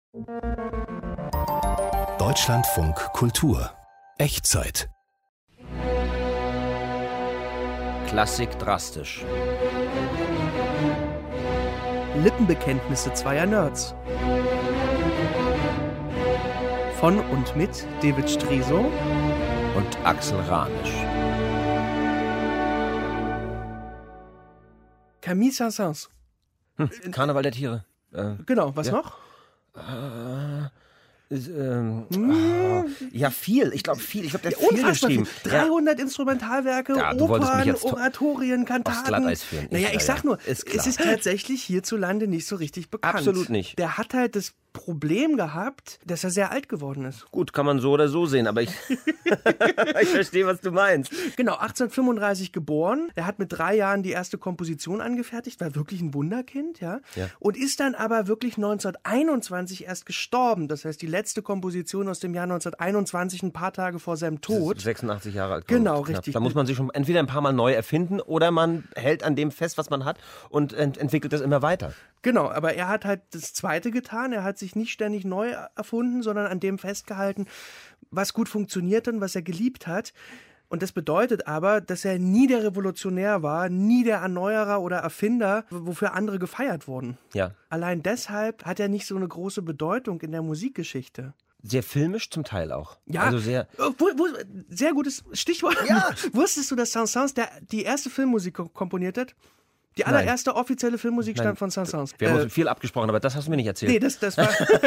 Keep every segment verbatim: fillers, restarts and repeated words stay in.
Deutschlandfunk Kultur. Echtzeit. Klassik drastisch. Lippenbekenntnisse zweier Nerds. Von und mit David Striso und Axel Ranisch. Camille Saint-Saëns. Hm, Karneval der Tiere. Äh, genau, was ja. noch? Äh, ist, ähm, oh, ja, viel. Ich glaube, viel. Ich glaube, der hat viel geschrieben. Viel. dreihundert ja. Instrumentalwerke, ja, Opern, Oratorien, Kantaten. Führen. Naja, ich ich sag nur, ist es ist tatsächlich hierzulande nicht so richtig bekannt. Absolut nicht. Der hat halt das Problem gehabt, dass er sehr alt geworden ist. Gut, kann man so oder so sehen, aber ich, ich verstehe, was du meinst. Genau, achtzehnhundertfünfunddreißig geboren. Er hat mit drei Jahren die erste Komposition angefertigt, war wirklich ein Wunderkind, ja? ja. Und ist dann aber wirklich neunzehnhunderteinundzwanzig erst gestorben. Das heißt, die letzte Komposition aus dem Jahr neunzehnhunderteinundzwanzig, ein paar Tage vor seinem Tod. sechsundachtzig Jahre alt. Genau, knapp. richtig. Da muss man sich schon entweder ein paar Mal neu erfinden oder man hält an dem fest, was man hat und ent- entwickelt das immer weiter. Genau, aber er hat halt das Zweite getan. Er hat sich nicht ständig neu erfunden, sondern an dem festgehalten, was gut funktioniert und was er geliebt hat. Und das bedeutet aber, dass er nie der Revolutionär war, nie der Erneuerer oder Erfinder, wofür andere gefeiert wurden. Ja. Allein deshalb hat er nicht so eine große Bedeutung in der Musikgeschichte. Sehr filmisch zum Teil auch. Ja, also sehr, wo, wo, sehr gutes Stichwort. Ja. Wusstest du, dass Saint-Saëns der, die erste Filmmusik komponiert hat? Die allererste Nein. offizielle Filmmusik stammt von Saint-Saëns. Wir haben äh, uns viel abgesprochen, aber das hast du mir nicht erzählt. Nee, das, das war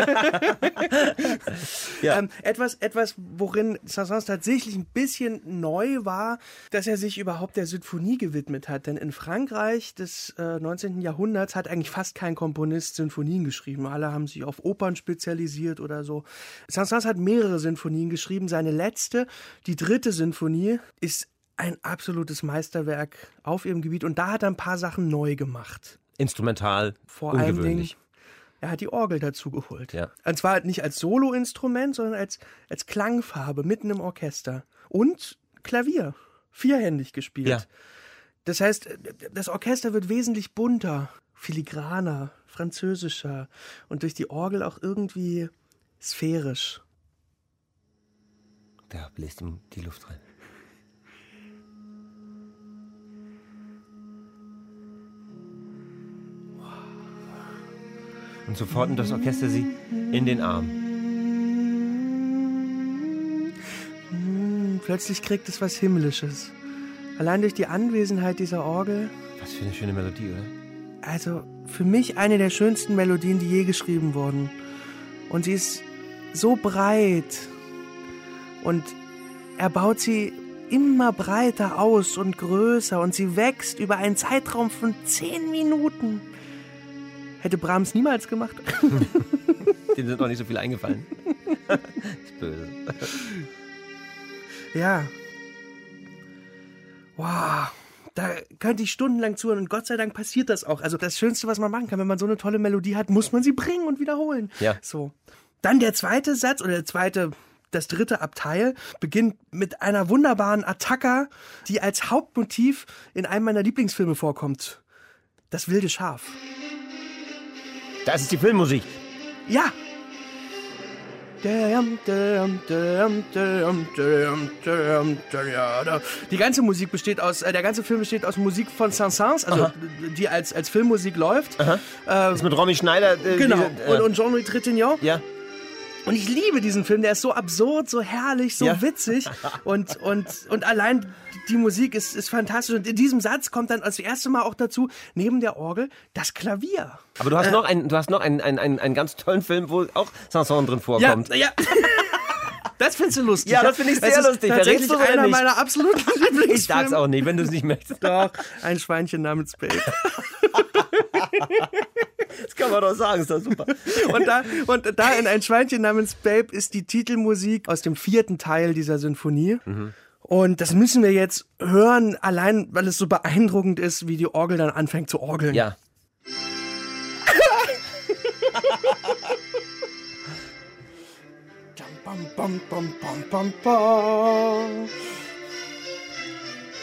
ja. ähm, etwas, etwas, worin Saint-Saëns tatsächlich ein bisschen neu war, dass er sich überhaupt der Sinfonie gewidmet hat. Denn in Frankreich des äh, neunzehnten Jahrhunderts hat eigentlich fast kein Komponist Sinfonien geschrieben. Alle haben sich auf Opern spezialisiert oder so. Saint-Saëns hat mehrere Sinfonien geschrieben. Seine letzte, die dritte Sinfonie, ist ein absolutes Meisterwerk auf ihrem Gebiet. Und da hat er ein paar Sachen neu gemacht. Instrumental, Vor allen ungewöhnlich. Dingen, er hat die Orgel dazu geholt. Ja. Und zwar nicht als Soloinstrument, sondern als, als Klangfarbe mitten im Orchester. Und Klavier, vierhändig gespielt. Ja. Das heißt, das Orchester wird wesentlich bunter, filigraner, französischer und durch die Orgel auch irgendwie sphärisch. Da bläst ihm die Luft rein. Und sofort nimmt das Orchester sie in den Arm. Hm, plötzlich kriegt es was Himmlisches. Allein durch die Anwesenheit dieser Orgel. Was für eine schöne Melodie, oder? Also für mich eine der schönsten Melodien, die je geschrieben wurden. Und sie ist so breit. Und er baut sie immer breiter aus und größer. Und sie wächst über einen Zeitraum von zehn Minuten. Hätte Brahms niemals gemacht. Dem sind noch nicht so viel eingefallen. Ist böse. Ja. Wow. Da könnte ich stundenlang zuhören und Gott sei Dank passiert das auch. Also das Schönste, was man machen kann, wenn man so eine tolle Melodie hat, muss man sie bringen und wiederholen. Ja. So. Dann der zweite Satz oder der zweite, das dritte Abteil beginnt mit einer wunderbaren Attacca, die als Hauptmotiv in einem meiner Lieblingsfilme vorkommt. Das wilde Schaf. Das ist die Filmmusik. Ja. Die ganze Musik besteht aus, äh, der ganze Film besteht aus Musik von Saint-Saëns, also Aha. die als, als Filmmusik läuft. Äh, ist mit Romy Schneider. Äh, Genau. Diese, äh, und, und Jean-Louis Trintignant. Ja. Und ich liebe diesen Film, der ist so absurd, so herrlich, so Ja. witzig und, und, und allein die Musik ist, ist fantastisch. Und in diesem Satz kommt dann als erste Mal auch dazu, neben der Orgel, das Klavier. Aber du hast Äh, noch, einen, du hast noch einen, einen, einen, einen ganz tollen Film, wo auch Saint-Saëns drin vorkommt. Ja, ja. Das findest du lustig. Ja, das finde ich sehr ist lustig. Tatsächlich Verrätst du's oder einer nicht? meiner absoluten Lieblingsfilme. Ich sag's auch nicht, wenn du es nicht möchtest. Doch, ein Schweinchen namens Babe. Das kann man doch sagen, ist doch super. Und da, und da in Ein Schweinchen namens Babe ist die Titelmusik aus dem vierten Teil dieser Sinfonie. Mhm. Und das müssen wir jetzt hören, allein weil es so beeindruckend ist, wie die Orgel dann anfängt zu orgeln. Ja. Bam, bam, bam, bam, bam, bam.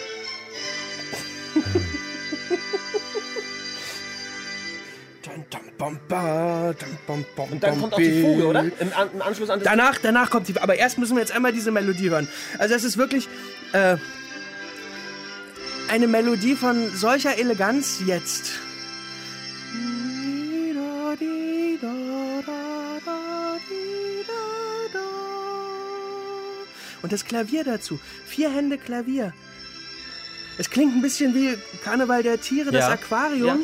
Dun, dun, Und dann kommt auch die Fuge, oder? Im, An im Anschluss an das Danach, danach kommt die. Aber erst müssen wir jetzt einmal diese Melodie hören. Also es ist wirklich äh, eine Melodie von solcher Eleganz jetzt. Und das Klavier dazu. Vier Hände Klavier. Es klingt ein bisschen wie Karneval der Tiere, das Ja. Aquarium. Ja.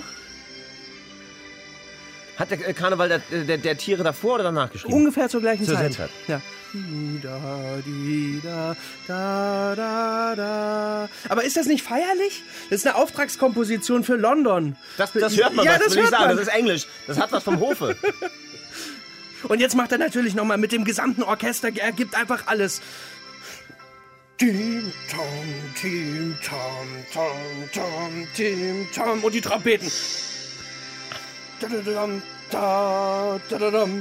Hat der Karneval der, der, der Tiere davor oder danach geschrieben? Ungefähr zur gleichen Zur Zeit. Zeit. Ja. Di, da, di, da, da, da, da. Aber ist das nicht feierlich? Das ist eine Auftragskomposition für London. Das, das hört man, Ja, was das will ich hört sagen. man. Das ist Englisch. Das hat was vom Hofe. Und jetzt macht er natürlich nochmal mit dem gesamten Orchester, er gibt einfach alles. Tim, tom, tim, tom, tom, tom, tim, tom. Und die Trompeten. Da, da, da, da, da, da, da.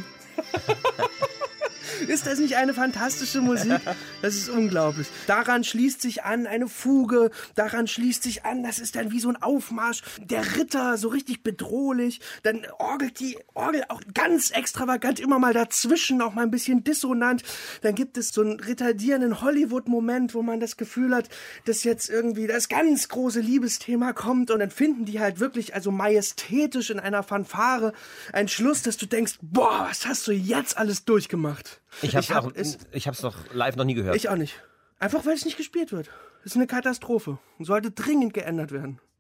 Ist das nicht eine fantastische Musik? Das ist unglaublich. Daran schließt sich an eine Fuge, daran schließt sich an, das ist dann wie so ein Aufmarsch. Der Ritter, so richtig bedrohlich. Dann orgelt die Orgel auch ganz extravagant immer mal dazwischen, auch mal ein bisschen dissonant. Dann gibt es so einen retardierenden Hollywood-Moment, wo man das Gefühl hat, dass jetzt irgendwie das ganz große Liebesthema kommt und dann finden die halt wirklich also majestätisch in einer Fanfare einen Schluss, dass du denkst, boah, was hast du jetzt alles durchgemacht? Ich hab's, hab auch, es- ich hab's noch live noch nie gehört. Ich auch nicht. Einfach weil es nicht gespielt wird. Das ist eine Katastrophe und sollte dringend geändert werden.